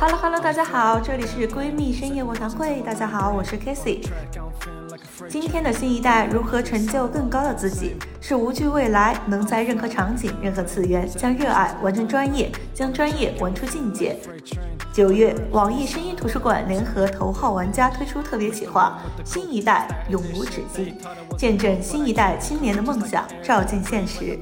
Hello， 大家好，这里是闺蜜深夜卧谈会。大家好，我是 Casey。今天的新一代如何成就更高的自己，是无惧未来，能在任何场景、任何次元将热爱完成专业，将专业玩出境界。9月，网易声音图书馆联合头号玩家推出特别企划《新一代永无止境》，见证新一代青年的梦想照进现实。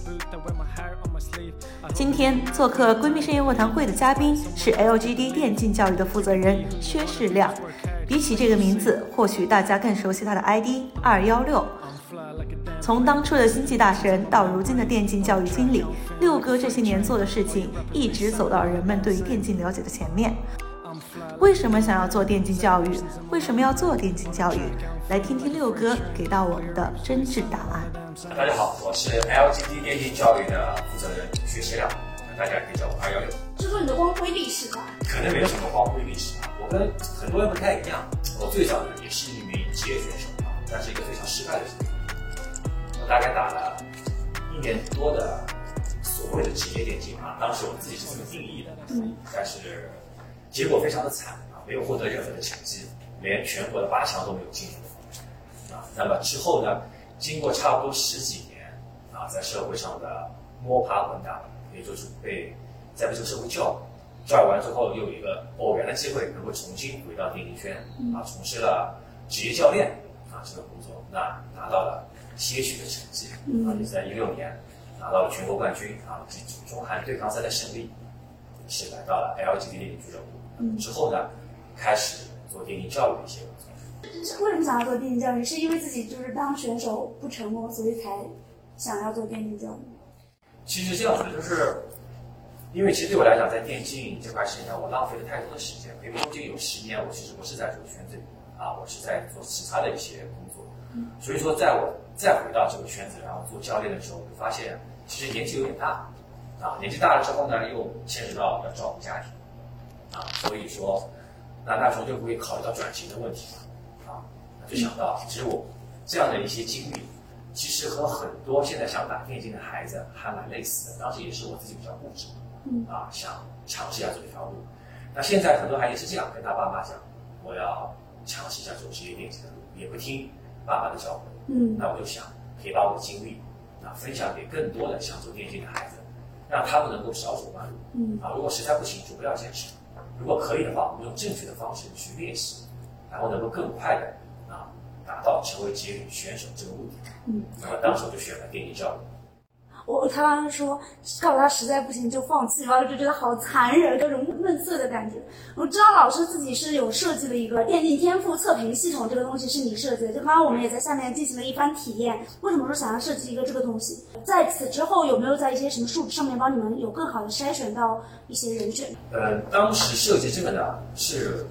今天做客闺蜜深夜卧谈会的嘉宾是 LGD 电竞教育的负责人薛世亮。比起这个名字，或许大家更熟悉他的 ID 216。从当初的星际大神到如今的电竞教育经理，六哥这些年做的事情一直走到人们对于电竞了解的前面。为什么想要做电竞教育？为什么要做电竞教育？来听听六哥给到我们的真挚答案。 大家好，我是 LGD 电竞教育的负责人薛世亮，大家可以叫我216。 这说你的光辉历史吧？ 可能没有什么光辉历史啊，我跟很多人不太一样。我最早呢也是一名职业选手啊，但是一个非常失败的职业。我大概打了1年多的所谓的职业电竞啊，当时我自己是这么定义的，但是结果非常的惨啊，没有获得任何的成绩，连全国的8强都没有进入啊。那么之后呢，经过差不多10几年啊，在社会上的摸爬滚打，也就是被这个社会教育完之后，又有一个偶然的机会，能够重新回到电竞圈啊，从事了职业教练啊这个工作，那拿到了些许的成绩啊，也在16年拿到了全国冠军啊，及中韩对抗赛的胜利，是来到了 LGD 电竞俱乐部。之后呢，开始做电竞教育的一些工作。 为什么想要做电竞教育？是因为自己就是当选手不成功，所以才想要做电竞教育？ 其实这样子，就是因为其实对我来讲，在电竞这块事情上，我浪费了太多的时间。因为中间有10年，我其实不是在这个圈子里啊，我是在做其他的一些工作。所以说，在我再回到这个圈子，然后做教练的时候，我发现其实年纪有点大啊，年纪大了之后呢，又牵扯到要照顾家庭啊，所以说，那时候就会考虑到转型的问题嘛啊，就想到其实我这样的一些经历。其实和很多现在想打电竞的孩子还蛮类似的，当时也是我自己比较固执，想尝试一下走这条路。那现在很多孩子是这样跟他爸妈讲，我要尝试一下走职业电竞的路，也不听爸妈的教诲。那我就想可以把我的经历分享给更多的想走电竞的孩子，让他们能够少走弯路。如果实在不行就不要坚持，如果可以的话，我们用正确的方式去练习，然后能够更快的达到成为职业选手这个目的。那么当时我就选了电竞教育。 他刚刚说告诉他实在不行就放弃，然后就觉得好残忍，这种闷色的感觉。我知道老师自己是有设计了一个电竞天赋测评系统，这个东西是你设计的。就刚刚我们也在下面进行了一番体验。为什么说想要设计一个这个东西？在此之后有没有在一些什么数值上面帮你们有更好的筛选到一些人选？ 当时设计这个呢是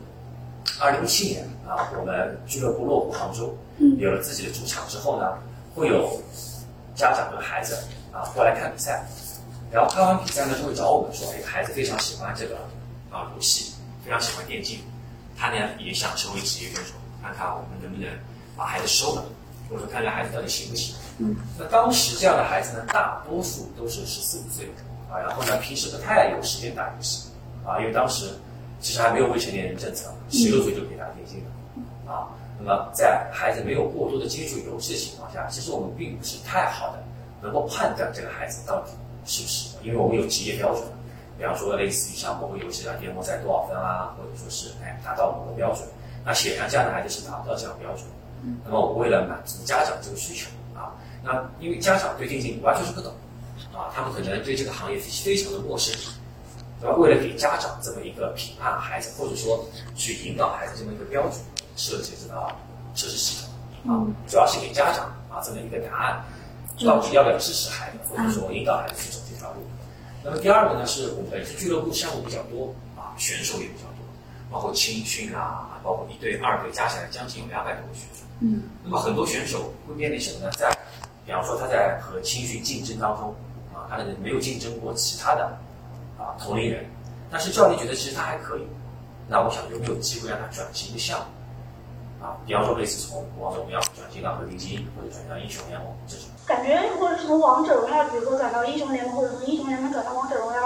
2017年啊，我们俱乐部落户杭州，有了自己的主场之后呢，会有家长跟孩子过来看比赛，然后看完比赛呢，就会找我们说，孩子非常喜欢这个游戏，非常喜欢电竞，他呢也想成为职业选手，看看我们能不能把孩子收了，或者说看看孩子到底行不行。那当时这样的孩子呢，大多数都是14、15岁然后呢平时不太有时间打游戏因为当时其实还没有未成年人政策，16岁就可以打电竞了那么在孩子没有过多的接触游戏的情况下，其实我们并不是太好的能够判断这个孩子到底是不是，因为我们有职业标准，比方说类似于像某个游戏的巅峰赛多少分或者说是达到某个标准，那显然这样的孩子是达不到这样标准。那么我为了满足家长这个需求那因为家长对电竞完全是不懂他们可能对这个行业非常的陌生。对吧？为了给家长这么一个评判孩子，或者说去引导孩子这么一个标准，设计这套测试系统主要是给家长这么一个答案，到底要不要支持孩子，或者说引导孩子去走这条路。那么第二个呢，是我们本身俱乐部项目比较多选手也比较多，包括青训包括1对2对加起来将近有200多个选手。那么很多选手会面临什么呢？比方说他在和青训竞争当中他可能没有竞争过其他的同龄人，但是教练觉得其实他还可以，那我想有没有机会让他转型一个项目比方说类似从王者荣耀转型到和平精英，或者转到英雄联盟这种。 感觉如果是从王者荣耀，比如说转到英雄联盟，或者从英雄联盟转到王者荣耀，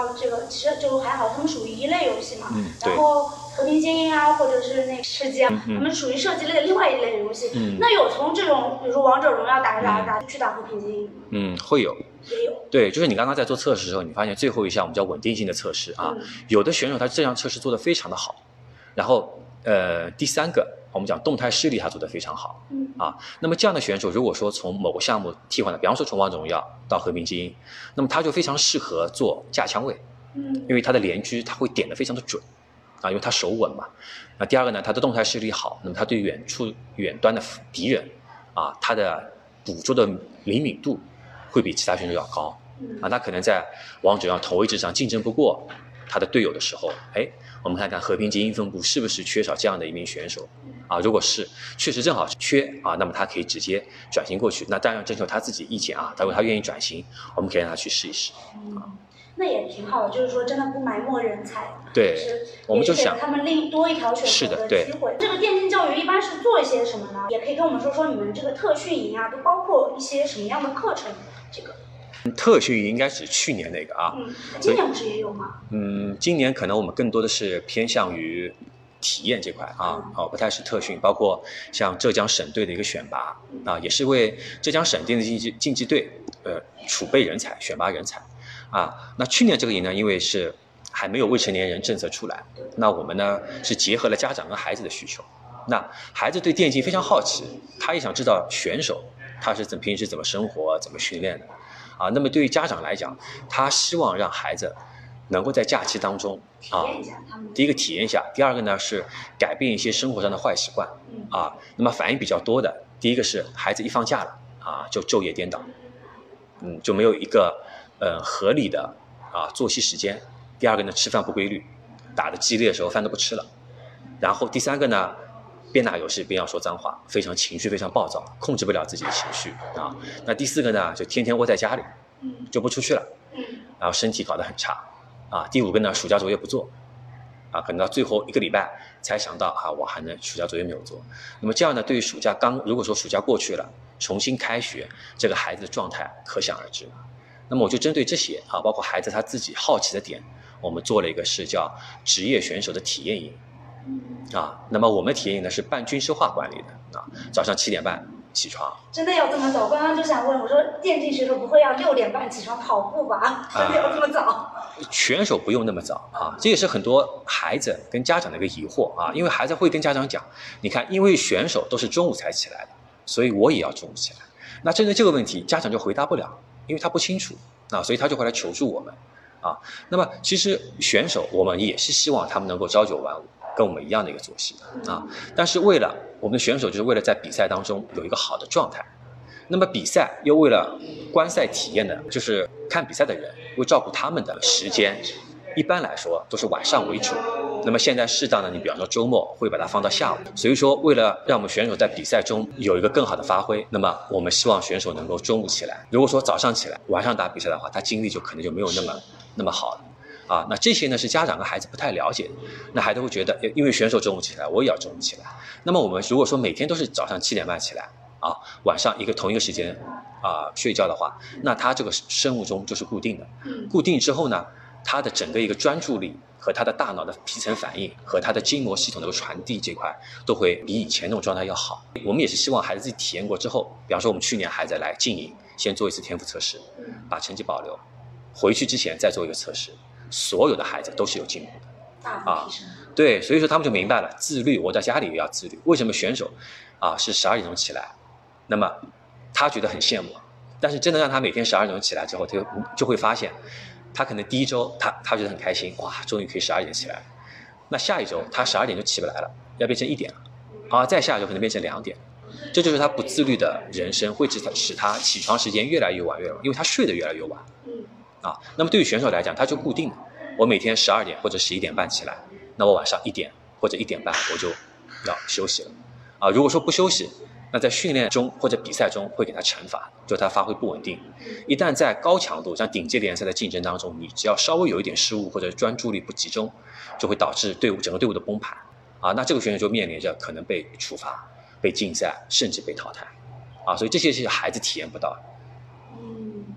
说这个其实就还好，他们属于一类游戏嘛。 对。 然后和平精英啊，或者是那个吃鸡啊，他们属于射击类的另外一类游戏。那有从这种比如说王者荣耀打去打和平精英？ 会有。 也有。 对，就是你刚刚在做测试的时候，你发现最后一项我们叫稳定性的测试啊，有的选手他这项测试做得非常的好，然后第三个我们讲动态视力他做得非常好。那么这样的选手如果说从某个项目替换的，比方说从王者荣耀到和平精英，那么他就非常适合做架枪位。因为他的连狙他会点得非常的准因为他手稳嘛。那第二个呢，他的动态视力好，那么他对远端的敌人他的捕捉的灵敏度会比其他选手要高他可能在王者荣耀同位置上竞争不过他的队友的时候，我们看看和平精英分部是不是缺少这样的一名选手如果是确实正好缺那么他可以直接转型过去。那当然征求他自己意见如果他愿意转型，我们可以让他去试一试那也挺好的，就是说真的不埋没人才。 对，我们就想他们另多一条选择的机会。这个电竞教育一般是做一些什么呢？也可以跟我们说说你们这个特训营都包括一些什么样的课程？这个特训营应该是去年那个今年不是也有吗？ 今年可能我们更多的是偏向于体验这块不太是特训，包括像浙江省队的一个选拔也是为浙江省队的竞技队储备人才、选拔人才那去年这个营呢，因为是还没有未成年人政策出来，那我们呢是结合了家长跟孩子的需求。那孩子对电竞非常好奇，他也想知道选手他是平时怎么生活、怎么训练的那么对于家长来讲，他希望让孩子能够在假期当中第一个体验一下，第二个呢是改变一些生活上的坏习惯那么反应比较多的，第一个是孩子一放假了就昼夜颠倒，就没有一个合理的作息时间。第二个呢，吃饭不规律，打得激烈的时候饭都不吃了。然后第三个呢，边打游戏边要说脏话，非常情绪非常暴躁，控制不了自己的情绪那第四个呢，就天天窝在家里，就不出去了，然后身体搞得很差第五个呢，暑假作业不做可能到最后一个礼拜才想到我还能暑假作业没有做。那么这样呢，对于如果说暑假过去了，重新开学，这个孩子的状态可想而知。那么我就针对这些包括孩子他自己好奇的点，我们做了一个是叫职业选手的体验营那么我们体验营呢是半军事化管理的早上7点半起床。 真的要这么早？刚刚就想问，我说电竞选手不会要6点半起床跑步吧？真的要这么早？ 选手不用那么早这也是很多孩子跟家长的一个疑惑因为孩子会跟家长讲，你看，因为选手都是中午才起来的，所以我也要中午起来。那针对这个问题，家长就回答不了，因为他不清楚所以他就会来求助我们那么其实选手我们也是希望他们能够朝9晚5，跟我们一样的一个作息但是为了我们的选手，就是为了在比赛当中有一个好的状态，那么比赛又为了观赛体验的，就是看比赛的人为照顾他们的时间，一般来说都是晚上为主。那么现在适当的，你比方说周末会把它放到下午，所以说为了让我们选手在比赛中有一个更好的发挥，那么我们希望选手能够中午起来。如果说早上起来晚上打比赛的话，他精力就可能就没有那么好了那这些呢是家长跟孩子不太了解的，那孩子会觉得因为选手中午起来，我也要中午起来。那么我们如果说每天都是早上7点半起来晚上同一个时间睡觉的话，那他这个生物钟就是固定的。固定之后呢，他的整个一个专注力和他的大脑的皮层反应和他的筋膜系统的传递这块都会比以前那种状态要好。我们也是希望孩子自己体验过之后，比方说我们去年孩子来进营，先做一次天赋测试，把成绩保留，回去之前再做一个测试，所有的孩子都是有进步的。 大幅提升对，所以说他们就明白了自律，我在家里也要自律。为什么选手是12点钟起来，那么他觉得很羡慕，但是真的让他每天12点钟起来之后，他就会发现，他可能第一周他觉得很开心，哇，终于可以12点起来了。那下一周他12点就起不来了，要变成1点了再下一周可能变成2点。这就是他不自律的人生会使他起床时间越来越晚，因为他睡得越来越晚那么对于选手来讲，他就固定了，我每天12点或者11点半起来，那我晚上1点或者1点半我就要休息了如果说不休息，那在训练中或者比赛中会给他惩罚，就他发挥不稳定。一旦在高强度像顶级联赛的竞争当中，你只要稍微有一点失误或者专注力不集中，就会导致整个队伍的崩盘那这个选手就面临着可能被处罚、被禁赛，甚至被淘汰所以这些是孩子体验不到的。 有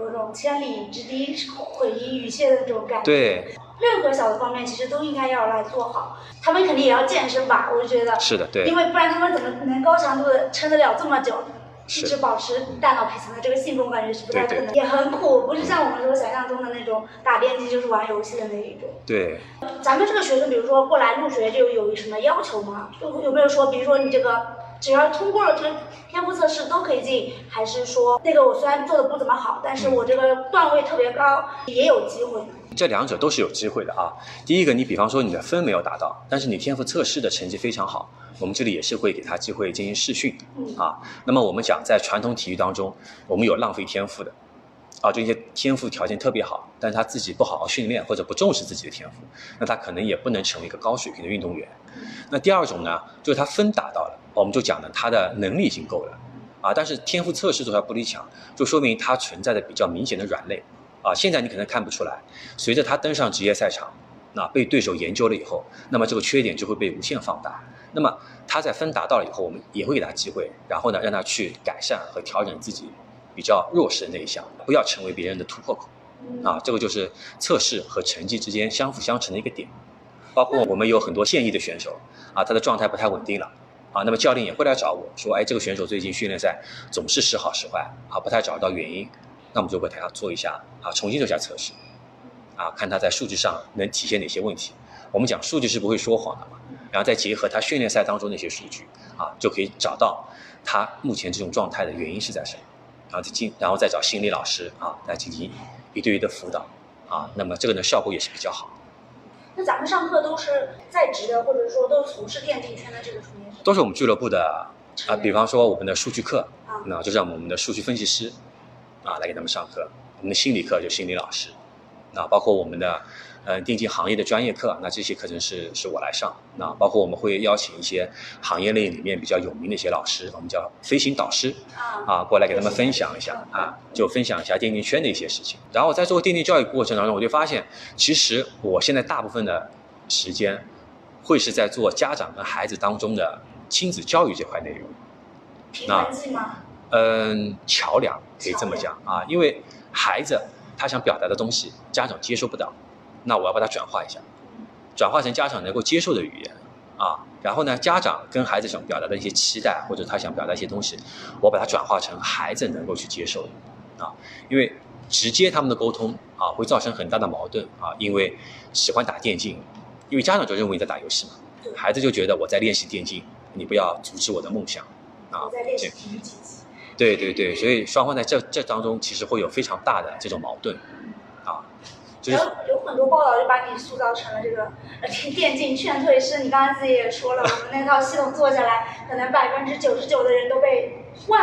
有种千里之堤毁于一切的这种感觉。 对， 任何小的方面其实都应该要来做好。他们肯定也要健身吧，我觉得。 是的，对。 因为不然他们怎么能高强度的撑得了这么久？一直保持大脑皮层的这个兴奋，我感觉是不太可能，也很苦，不是像我们说想象中的那种打电机就是玩游戏的那一种。 对。 咱们这个学生，比如说过来入学就有什么要求吗？有没有说，比如说你这个只要通过了这个天赋测试都可以进，还是说那个我虽然做的不怎么好，但是我这个段位特别高，也有机会呢？ 这两者都是有机会的啊。第一个，你比方说你的分没有达到，但是你天赋测试的成绩非常好，我们这里也是会给他机会进行试训啊。那么我们讲在传统体育当中，我们有浪费天赋的啊，这些天赋条件特别好，但是他自己不好好训练或者不重视自己的天赋，那他可能也不能成为一个高水平的运动员。那第二种呢，就是他分达到了，我们就讲呢他的能力已经够了啊，但是天赋测试做出来不理想，就说明他存在的比较明显的软肋。啊，现在你可能看不出来，随着他登上职业赛场，被对手研究了以后，那么这个缺点就会被无限放大。那么他在分达到了以后，我们也会给他机会，然后呢，让他去改善和调整自己比较弱势的那一项，不要成为别人的突破口。啊，这个就是测试和成绩之间相辅相成的一个点。包括我们有很多现役的选手啊，他的状态不太稳定了啊，那么教练也会来找我说，哎，这个选手最近训练赛总是时好时坏啊，不太找到原因。那我们就给他做一下啊，重新做一下测试，啊，看他在数据上能体现哪些问题。我们讲数据是不会说谎的嘛，然后再结合他训练赛当中那些数据啊，就可以找到他目前这种状态的原因是在什么，然后再找心理老师啊来进行一对一的辅导啊，那么这个呢效果也是比较好。 那咱们上课都是在职的，或者说都从事电竞圈的这个从业者？都是我们俱乐部的啊，比方说我们的数据课，那就让我们的数据分析师啊来给他们上课，我们的心理课就心理老师，那包括我们的电竞行业的专业课，那这些课程是我来上，那包括我们会邀请一些行业类里面比较有名的一些老师，我们叫飞行导师啊，过来给他们分享一下啊，就分享一下电竞圈的一些事情。然后在做电竞教育过程当中，我就发现，其实我现在大部分的时间会是在做家长跟孩子当中的亲子教育这块内容。 平衡剂吗？ 桥梁可以这么讲啊，因为孩子他想表达的东西，家长接收不到，那我要把它转化一下，转化成家长能够接受的语言啊。然后呢，家长跟孩子想表达的一些期待，或者他想表达一些东西，我把它转化成孩子能够去接受的啊。因为直接他们的沟通啊，会造成很大的矛盾啊。因为喜欢打电竞，因为家长就认为你在打游戏嘛，孩子就觉得我在练习电竞，你不要阻止我的梦想啊。 我在练习体育竞技。 对对对，所以双方在这当中其实会有非常大的这种矛盾，啊，就是有很多报道就把你塑造成了这个电竞劝退师。你刚才自己也说了，我们那套系统做下来，可能99%的人都被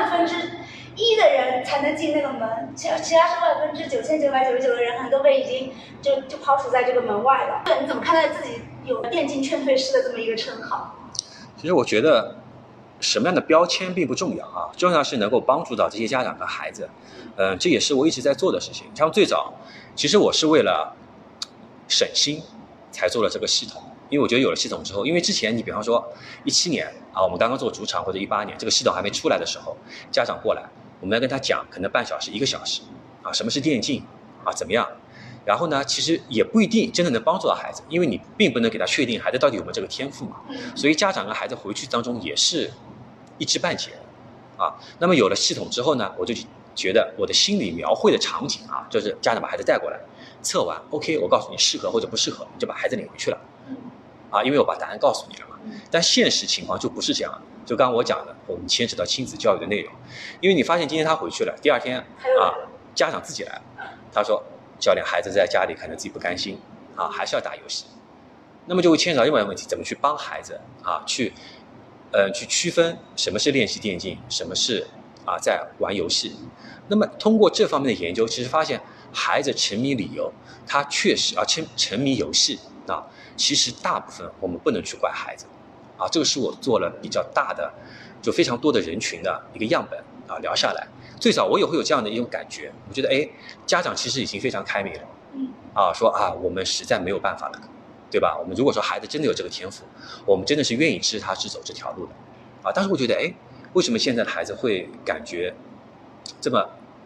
1%的人才能进那个门，其他是9999%的人可能都被已经就抛除在这个门外了。对，你怎么看待自己有电竞劝退师的这么一个称号？ 其实我觉得什么样的标签并不重要啊，重要是能够帮助到这些家长和孩子。这也是我一直在做的事情。像最早，其实我是为了省心才做了这个系统，因为我觉得有了系统之后，因为之前你比方说17年啊，我们刚刚做主场，或者18年这个系统还没出来的时候，家长过来，我们要跟他讲可能半小时1个小时啊，什么是电竞啊，怎么样。然后呢，其实也不一定真的能帮助到孩子，因为你并不能给他确定孩子到底有没有这个天赋嘛。所以家长跟孩子回去当中也是一知半解啊。那么有了系统之后呢，我就觉得我的心理描绘的场景啊，就是家长把孩子带过来，测完 OK， 我告诉你适合或者不适合，你就把孩子领回去了啊，因为我把答案告诉你了嘛。但现实情况就不是这样，就刚刚我讲的，我们牵扯到亲子教育的内容，因为你发现今天他回去了，第二天啊，家长自己来了，他说教练，孩子在家里可能自己不甘心啊，还是要打游戏，那么就会牵扯到另外一个问题，怎么去帮孩子啊去区分什么是练习电竞，什么是在玩游戏。那么通过这方面的研究，其实发现孩子沉迷理由，他确实沉迷游戏啊，其实大部分我们不能去怪孩子啊。这个是我做了比较大的，就非常多的人群的一个样本啊聊下来。最早我也会有这样的一种感觉，我觉得家长其实已经非常开明了啊，说我们实在没有办法了，对吧？我们如果说孩子真的有这个天赋，我们真的是愿意支他走这条路的啊。但是我觉得为什么现在的孩子会感觉这么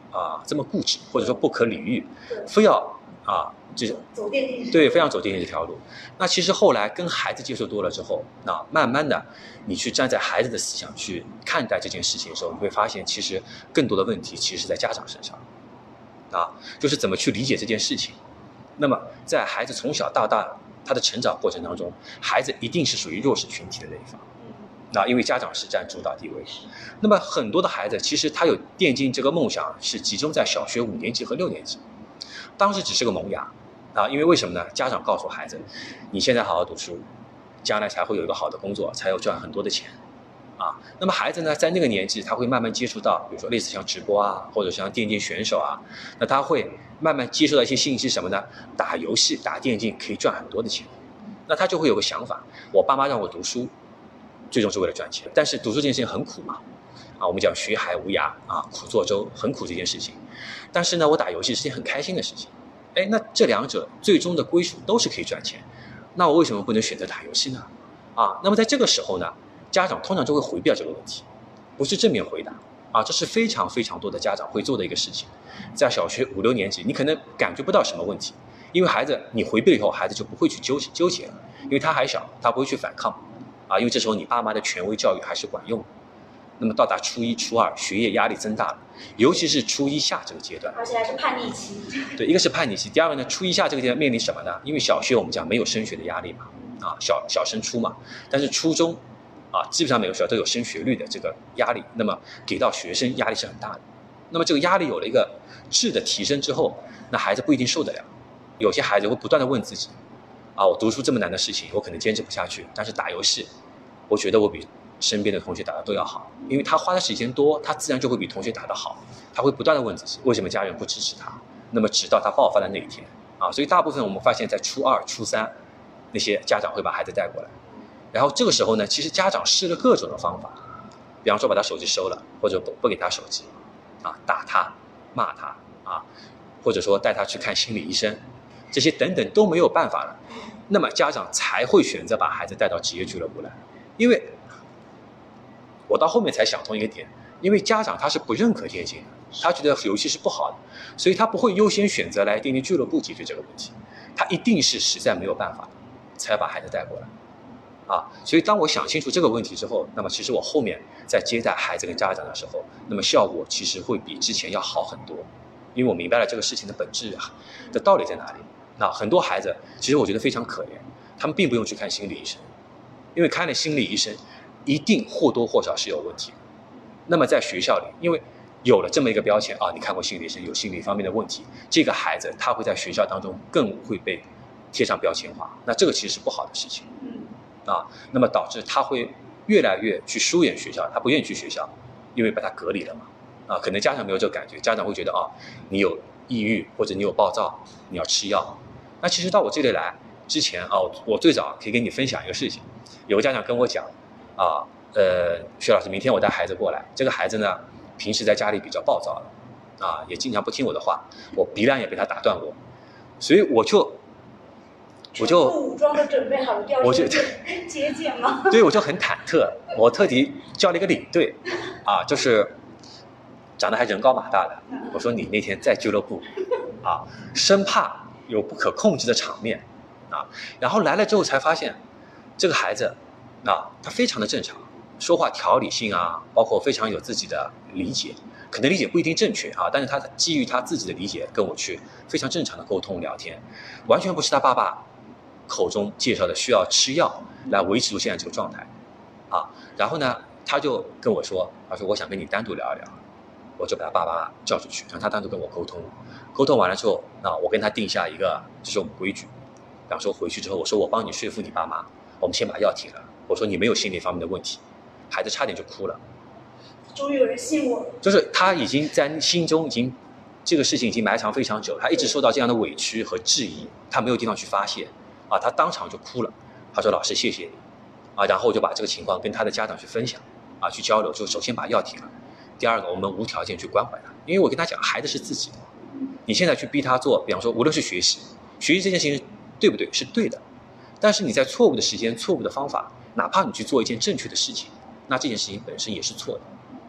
这么固执，或者说不可理喻，非要就是走电竞， 对，非常走电竞这条路。那其实后来跟孩子接触多了之后，那慢慢的你去站在孩子的思想去看待这件事情的时候，你会发现其实更多的问题其实是在家长身上就是怎么去理解这件事情。那么在孩子从小到大他的成长过程当中，孩子一定是属于弱势群体的那一方因为家长是占主导地位。那么很多的孩子其实他有电竞这个梦想是集中在小学5年级和6年级，当时只是个萌芽因为为什么呢？家长告诉孩子，你现在好好读书，将来才会有一个好的工作，才有赚很多的钱那么孩子呢，在那个年纪他会慢慢接触到比如说类似像直播或者像电竞选手那他会慢慢接触到一些信息，什么呢？打游戏打电竞可以赚很多的钱，那他就会有个想法，我爸妈让我读书最终是为了赚钱，但是读书这件事情很苦嘛我们讲学海无涯苦作舟，很苦这件事情。但是呢，我打游戏是件很开心的事情。那这两者最终的归属都是可以赚钱，那我为什么不能选择打游戏呢？那么在这个时候呢，家长通常就会回避掉这个问题，不是正面回答这是非常非常多的家长会做的一个事情。在小学5、6年级，你可能感觉不到什么问题，因为孩子你回避了以后，孩子就不会去纠结了，因为他还小，他不会去反抗因为这时候你爸妈的权威教育还是管用的。那么到达初1、初2，学业压力增大了，尤其是初1下这个阶段， 而且还是叛逆期。 对，一个是叛逆期，第二个呢，初1下这个阶段面临什么呢？因为小学我们讲没有升学的压力嘛，小升初嘛，但是初中基本上每个学校都有升学率的这个压力，那么给到学生压力是很大的。那么这个压力有了一个质的提升之后，那孩子不一定受得了。有些孩子会不断的问自己我读书这么难的事情我可能坚持不下去，但是打游戏我觉得我比身边的同学打的都要好，因为他花的时间多，他自然就会比同学打得好。他会不断的问自己，为什么家人不支持他？那么直到他爆发的那一天所以大部分我们发现在初2、初3，那些家长会把孩子带过来，然后这个时候呢，其实家长试了各种的方法，比方说把他手机收了，或者不给他手机打他、骂他或者说带他去看心理医生，这些等等都没有办法了，那么家长才会选择把孩子带到职业俱乐部来。因为我到后面才想通一个点，因为家长他是不认可电竞的，他觉得游戏是不好的，所以他不会优先选择来电竞俱乐部解决这个问题，他一定是实在没有办法才把孩子带过来所以当我想清楚这个问题之后，那么其实我后面在接待孩子跟家长的时候，那么效果其实会比之前要好很多，因为我明白了这个事情的本质的道理在哪里。那很多孩子其实我觉得非常可怜，他们并不用去看心理医生，因为看了心理医生一定或多或少是有问题的。那么在学校里，因为有了这么一个标签你看过心理医生，有心理方面的问题，这个孩子他会在学校当中更会被贴上标签化，那这个其实是不好的事情那么导致他会越来越去疏远学校，他不愿意去学校，因为把他隔离了嘛可能家长没有这个感觉，家长会觉得你有抑郁或者你有暴躁，你要吃药。那其实到我这里来之前我最早可以跟你分享一个事情，有个家长跟我讲薛老师，明天我带孩子过来，这个孩子呢平时在家里比较暴躁也经常不听我的话，我鼻梁也被他打断过，所以我就武装的准备好了调去接见吗？ 对，我就很忐忑，我特地叫了一个领队就是长得还人高马大的，我说你那天在俱乐部生怕有不可控制的场面然后来了之后才发现这个孩子他非常的正常，说话条理性包括非常有自己的理解，可能理解不一定正确但是他基于他自己的理解跟我去非常正常的沟通聊天，完全不是他爸爸口中介绍的需要吃药来维持住现在这个状态然后呢他就跟我说，他说我想跟你单独聊一聊，我就把他爸爸叫出去，让他单独跟我沟通，沟通完了之后我跟他定下一个就是我们规矩，比方说回去之后我说我帮你说服你爸妈，我们先把药停了，我说你没有心理方面的问题，孩子差点就哭了， 终于有人信我了， 就是他已经在心中这个事情已经埋藏非常久，他一直受到这样的委屈和质疑，他没有地方去发泄他当场就哭了，他说老师谢谢你然后我就把这个情况跟他的家长去分享去交流，就首先把药停了，第二个我们无条件去关怀他，因为我跟他讲孩子是自己的，你现在去逼他做，比方说无论是学习这件事情对不对是对的，但是你在错误的时间错误的方法，哪怕你去做一件正确的事情，那这件事情本身也是错的，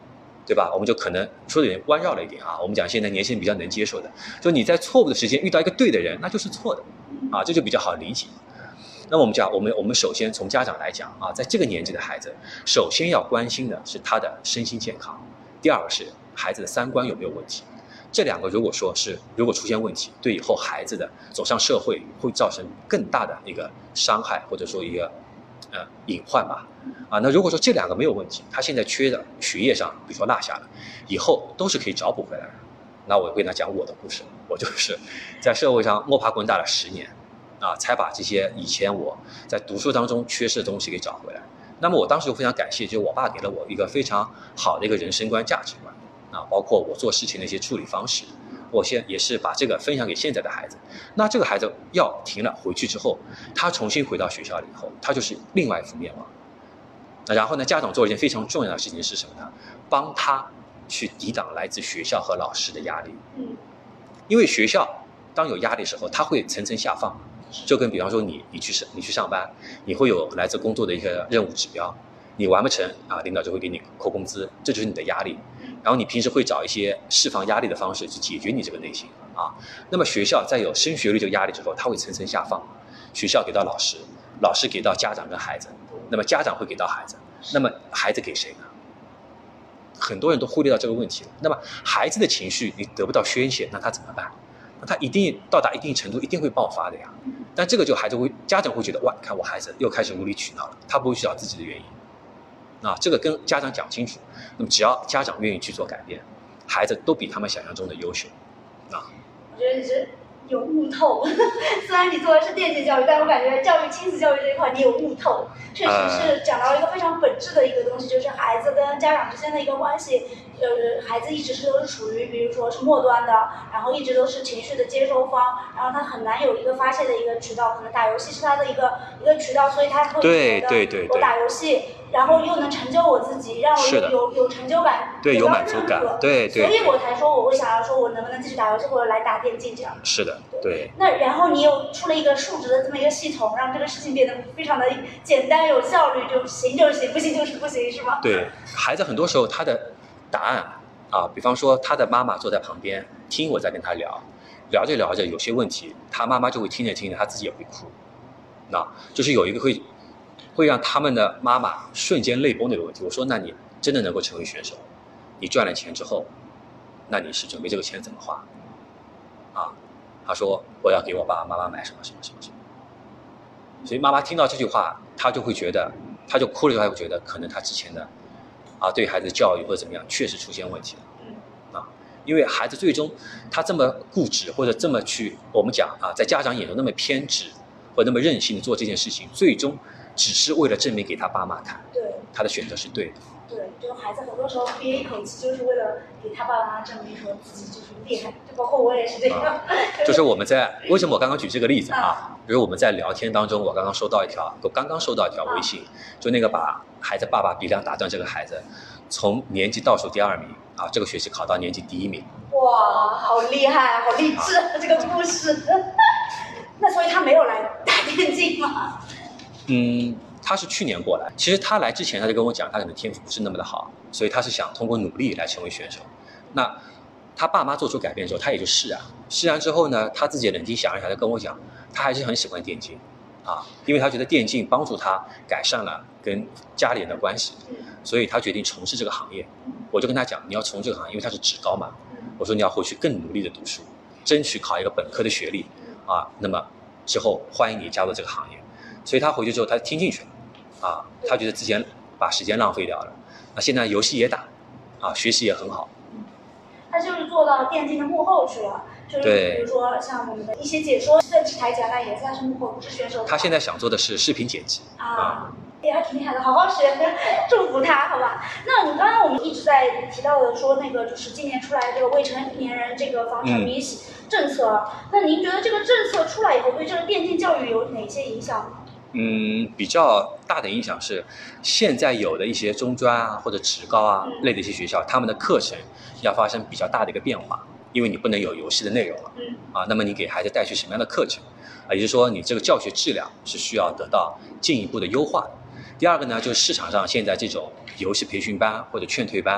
对吧？我们就可能说的有点弯绕了一点啊。我们讲现在年轻人比较能接受的，就你在错误的时间遇到一个对的人，那就是错的啊，这就比较好理解。那么我们讲，我们首先从家长来讲啊，在这个年纪的孩子，首先要关心的是他的身心健康，第二个是孩子的三观有没有问题。这两个如果出现问题，对以后孩子的走上社会会造成更大的一个伤害，或者说一个隐患吧。啊，那如果说这两个没有问题，他现在缺的学业上，比如说落下了，以后都是可以找补回来的。那我跟他讲我的故事，我就是在社会上摸爬滚打了10年。啊，才把这些以前我在读书当中缺失的东西给找回来。那么我当时就非常感谢，就是我爸给了我一个非常好的一个人生观、价值观啊，包括我做事情的一些处理方式。我现在也是把这个分享给现在的孩子。那这个孩子要停了，回去之后，他重新回到学校了以后，他就是另外一副面貌。那然后呢，家长做一件非常重要的事情是什么呢？帮他去抵挡来自学校和老师的压力。因为学校当有压力的时候，他会层层下放。就跟比方说你去上班，你会有来自工作的一个任务指标，你完不成啊，领导就会给你扣工资，这就是你的压力。然后你平时会找一些释放压力的方式去解决你这个内心啊。那么学校在有升学率这个压力之后，它会层层下放，学校给到老师，老师给到家长跟孩子，那么家长会给到孩子，那么孩子给谁呢？很多人都忽略到这个问题了。那么孩子的情绪你得不到宣泄，那他怎么办？那他一定到达一定程度，一定会爆发的呀。但这个就家长会觉得，哇，你看我孩子又开始无理取闹了，他不会去找自己的原因啊。这个跟家长讲清楚，那么只要家长愿意去做改变，孩子都比他们想象中的优秀啊。 我觉得你是有悟透，虽然你做的是电竞教育，但我感觉亲子教育这一块你有悟透，确实是讲到一个非常本质的一个东西，就是孩子跟家长之间的一个关系。孩子一直都是处于，比如说是末端的，然后一直都是情绪的接收方，然后他很难有一个发泄的一个渠道，可能打游戏是他的一个渠道，所以他会觉得我打游戏，然后又能成就我自己，让我有成就感， 对，有满足感，对， 所以我才说我会想要说我能不能继续打游戏或者来打电竞这样。 是的，对。 那然后你又出了一个数值的这么一个系统，让这个事情变得非常的简单有效率，就行就是行，不行就是不行，是吗？ 对，孩子很多时候他的答案啊，比方说他的妈妈坐在旁边听我在跟他聊着聊着，有些问题他妈妈就会听着听着，他自己也会哭。那就是有一个会让他们的妈妈瞬间泪崩的一个问题。我说，那你真的能够成为选手？你赚了钱之后，那你是准备这个钱怎么花？啊，他说我要给我爸爸妈妈买什么什么什么什么。所以妈妈听到这句话，她就会觉得，她就哭了，她会觉得可能她之前的对孩子的教育或者怎么样确实出现问题了。因为孩子最终他这么固执或者这么去我们讲在家长眼中那么偏执或者那么任性的做这件事情，最终只是为了证明给他爸妈看， 对， 他的选择是对的。 对，就孩子很多时候憋一口气，就是为了给他爸妈证明说自己就是厉害，就包括我也是这样。 就是我们为什么我刚刚举这个例子比如我们在聊天当中，我刚刚收到一条微信，就那个把孩子爸爸鼻梁打断这个孩子，从年级倒数第2名这个学期考到年级第1名。 哇，好厉害，好励志这个故事。那所以他没有来打电竞吗？ 他是去年过来，其实他来之前他就跟我讲，他可能天赋不是那么的好，所以他是想通过努力来成为选手。那他爸妈做出改变之后，他也就释然之后呢，他自己冷静想一想，他跟我讲，他还是很喜欢电竞因为他觉得电竞帮助他改善了跟家里人的关系，所以他决定从事这个行业。我就跟他讲，你要从事这个行业，因为他是职高嘛，我说你要回去更努力的读书，争取考一个本科的学历那么之后欢迎你加入这个行业。所以他回去之后他听进去了他觉得之前把时间浪费掉了，那现在游戏也打学习也很好。 他就是做到电竞的幕后去了，就是比如说像我们的一些解说正式台讲，那也算是幕后，不是选手。 他现在想做的是视频剪辑也还挺厉害的，好好学，祝福他，好吧？那你刚刚我们一直在提到的说那个就是今年出来这个未成年人这个防沉迷政策，那您觉得这个政策出来以后对这个电竞教育有哪些影响吗？ 比较大的影响是，现在有的一些中专或者职高类的一些学校，他们的课程要发生比较大的一个变化，因为你不能有游戏的内容了那么你给孩子带去什么样的课程也就是说你这个教学质量是需要得到进一步的优化的。第二个呢，就是市场上现在这种游戏培训班或者劝退班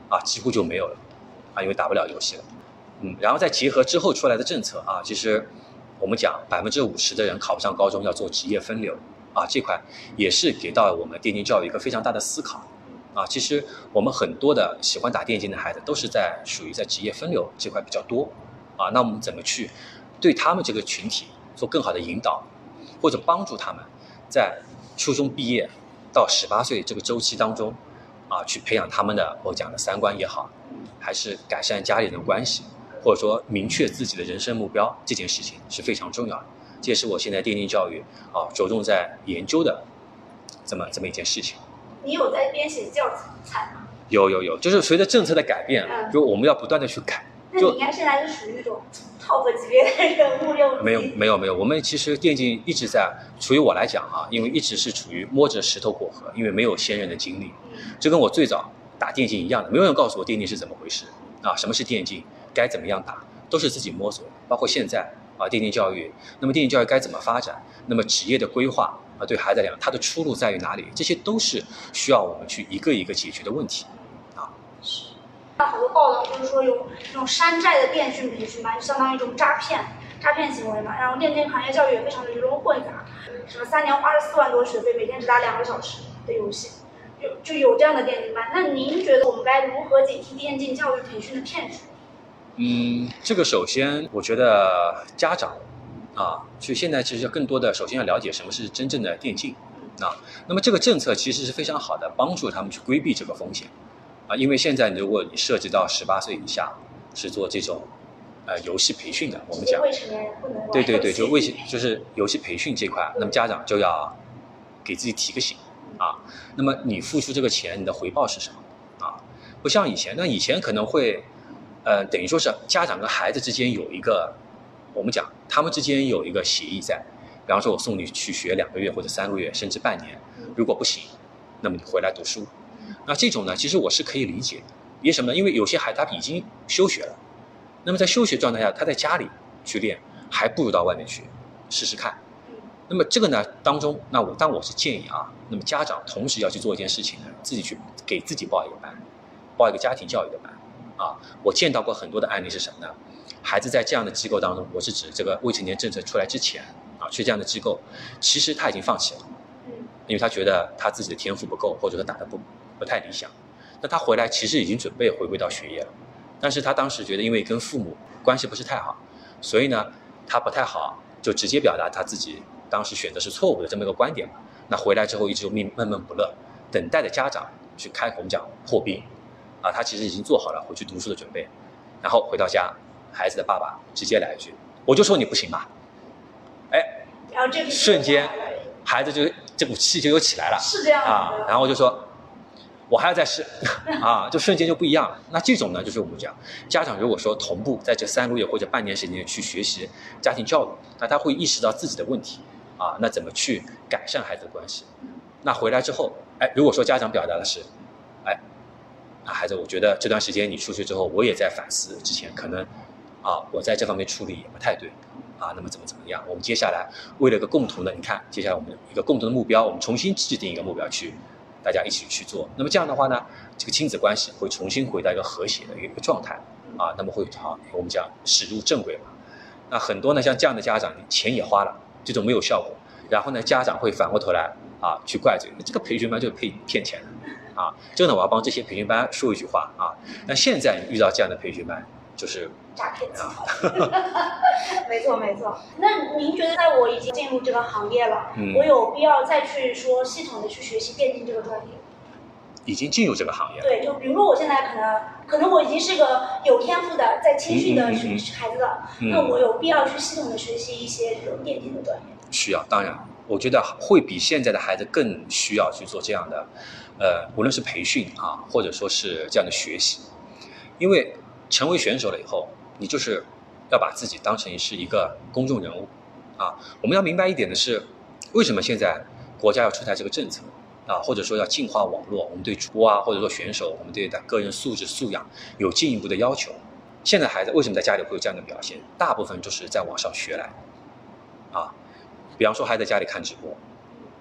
几乎就没有了因为打不了游戏了。然后再结合之后出来的政策其实我们讲50%的人考不上高中要做职业分流这块也是给到我们电竞教育一个非常大的思考其实我们很多的喜欢打电竞的孩子都是属于在职业分流这块比较多那我们怎么去对他们这个群体做更好的引导，或者帮助他们在初中毕业到18岁这个周期当中去培养他们的我讲的3观也好，还是改善家里人的关系，或者说明确自己的人生目标，这件事情是非常重要的。这也是我现在电竞教育着重在研究的这么一件事情。 你有在编写教材吗？ 有，就是随着政策的改变，就我们要不断的去改。 那你应该现在是属于一种 top 级别的人物没有，我们其实电竞一直在，属于我来讲因为一直是处于摸着石头过河，因为没有先人的经历，就跟我最早打电竞一样的，没有人告诉我电竞是怎么回事什么是电竞，该怎么样打，都是自己摸索。包括现在电竞教育，那么电竞教育该怎么发展，那么职业的规划对孩子来讲，他的出路在于哪里，这些都是需要我们去一个一个解决的问题好多报道就是说有这种山寨的电训培训班，相当于一种诈骗行为嘛。然后电竞行业教育也非常的鱼龙混杂，什么3年花了4万多学费，每天只打2个小时的游戏，就有这样的电竞班。那您觉得我们该如何警惕电竞教育培训的骗局？ 这个首先我觉得家长就现在其实更多的首先要了解什么是真正的电竞那么这个政策其实是非常好的，帮助他们去规避这个风险因为现在如果你涉及到18岁以下是做这种游戏培训的，我们讲未成年人不能玩对，就是游戏培训这块，那么家长就要给自己提个醒那么你付出这个钱，你的回报是什么不像以前，那以前可能会等于说是家长跟孩子之间有一个，我们讲他们之间有一个协议在，比方说我送你去学2个月或者3个月甚至半年，如果不行，那么你回来读书。那这种呢，其实我是可以理解，为什么呢？因为有些孩子他已经休学了，那么在休学状态下，他在家里去练，还不如到外面去试试看。那么这个呢当中，但我是建议那么家长同时要去做一件事情呢，自己去给自己报一个班，报一个家庭教育的班我见到过很多的案例是什么呢？孩子在这样的机构当中，我是指这个未成年政策出来之前去这样的机构，其实他已经放弃了，因为他觉得他自己的天赋不够，或者说打得不太理想。那他回来其实已经准备回归到学业了，但是他当时觉得因为跟父母关系不是太好，所以呢他不太好就直接表达他自己当时选择是错误的这么一个观点嘛。那回来之后一直闷闷不乐，等待着家长去开口，我们讲破冰他其实已经做好了回去读书的准备，然后回到家，孩子的爸爸直接来一句，我就说你不行吧， 然后这瞬间孩子就这股气就又起来了， 是这样的然后就说我还要再试就瞬间就不一样了。那这种呢，就是我们讲家长如果说同步在这3个月或者半年时间去学习家庭教育，那他会意识到自己的问题那怎么去改善孩子的关系。那回来之后如果说家长表达的是孩子，我觉得这段时间你出去之后，我也在反思之前可能我在这方面处理也不太对那么怎么样，我们接下来为了一个共同的，你看接下来我们一个共同的目标，我们重新制定一个目标去大家一起去做。那么这样的话呢，这个亲子关系会重新回到一个和谐的一个状态那么会我们讲驶入正轨嘛。那很多呢像这样的家长钱也花了，这种没有效果，然后呢家长会反过头来去怪罪这个培训班就是骗钱的这个呢我要帮这些培训班说一句话那现在遇到这样的培训班就是诈骗集团没错。那您觉得在我已经进入这个行业了我有必要再去说系统的去学习电竞这个专业？ 已经进入这个行业了， 对，就比如说我现在可能我已经是个有天赋的在青训的孩子了那我有必要去系统的学习一些这种电竞的专业？ 需要，当然我觉得会比现在的孩子更需要去做这样的无论是培训或者说是这样的学习。因为成为选手了以后，你就是要把自己当成是一个公众人物我们要明白一点的是，为什么现在国家要出台这个政策或者说要净化网络，我们对主播或者说选手，我们对个人素质素养有进一步的要求。现在孩子为什么在家里会有这样的表现？大部分就是在网上学来比方说还在家里看直播，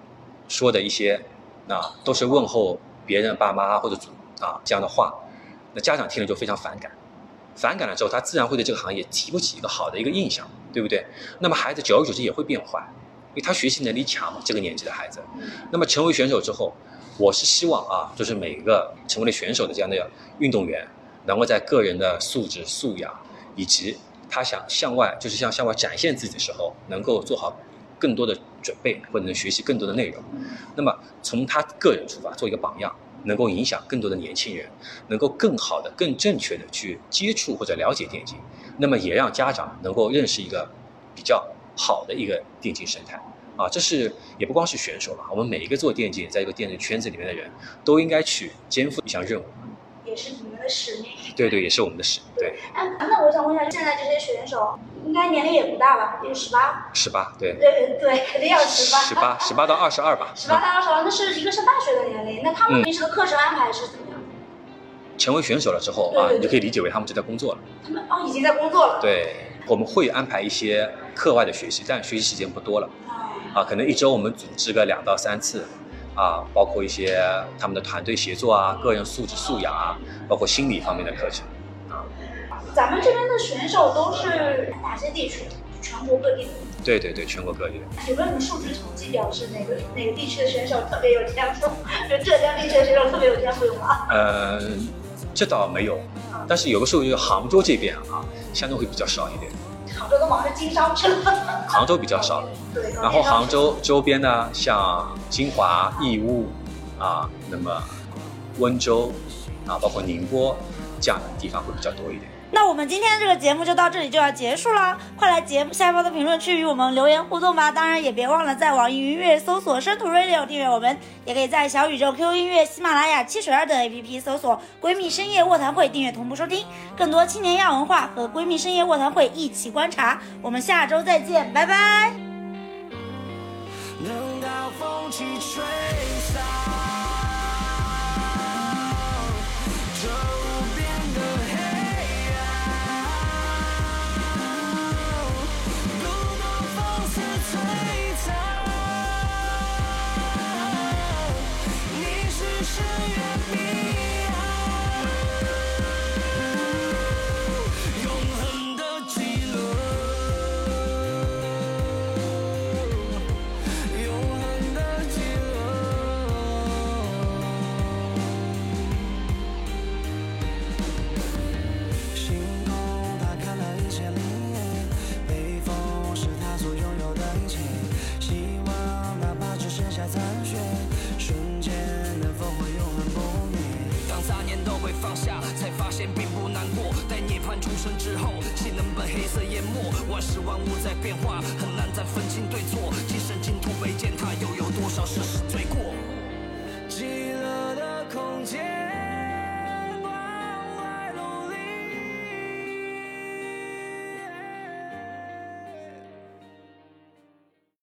说的一些都是问候别人爸妈或者这样的话， 那家长听了就非常反感，反感了之后，他自然会对这个行业提不起一个好的一个印象，对不对？那么孩子久而久之也会变坏，因为他学习能力强嘛，这个年纪的孩子。那么成为选手之后，我是希望啊，就是每一个成为了选手的这样的运动员，能够在个人的素质素养以及他想向外展现自己的时候，能够做好更多的准备，或者能学习更多的内容。那么从他个人出发，做一个榜样，能够影响更多的年轻人，能够更好的、更正确的去接触或者了解电竞。那么也让家长能够认识一个比较好的一个电竞生态。这是也不光是选手了，我们每一个做电竞，在一个电竞圈子里面的人，都应该去肩负一项任务， 也是你们的使命。 对，也是我们的使命。对。 那我想问一下，现在这些选手应该年龄也不大吧？也18，对，肯定要18 到22吧。 18到22，那是一个上大学的年龄。那他们平时的课程安排是怎么样？ 成为选手了之后你就可以理解为他们就在工作了。 他们已经在工作了。 对，我们会安排一些课外的学习，但学习时间不多了。可能一周我们组织个2到3次，包括一些他们的团队协作个人素质素养包括心理方面的课程。 咱们这边的选手都是哪些地区？全国各地的。 对，全国各地的。 有没有什么数据统计表示哪个地区的选手特别有天赋？就浙江地区的选手特别有天赋有吗？ 这倒没有，但是有个数据，杭州这边相对会比较少一点。 杭州都忙着经商去了。 杭州比较少，对。然后杭州周边呢，像金华、义乌那么温州包括宁波这样的地方会比较多一点。 那我们今天这个节目就到这里就要结束了，快来节目下方的评论区与我们留言互动吧！当然也别忘了在网易云音乐搜索深土 Radio 订阅我们，也可以在小宇宙、QQ 音乐、喜马拉雅、汽水儿等 APP 搜索闺蜜深夜卧谈会订阅同步收听，更多青年亚文化和闺蜜深夜卧谈会一起观察。我们下周再见，拜拜。 等到风起吹散周边的黑路过风似璀璨，你是深渊彼岸，永恒的记录，永恒的记录。星空它看了一切理念，北风是它所拥有的一切，希望哪怕只剩下残雪，瞬间的烽火永恒不灭。当杂念都被放下，才发现并不难过。待涅槃重生之后，岂能被黑色淹没？万事万物在变化，很难再分清对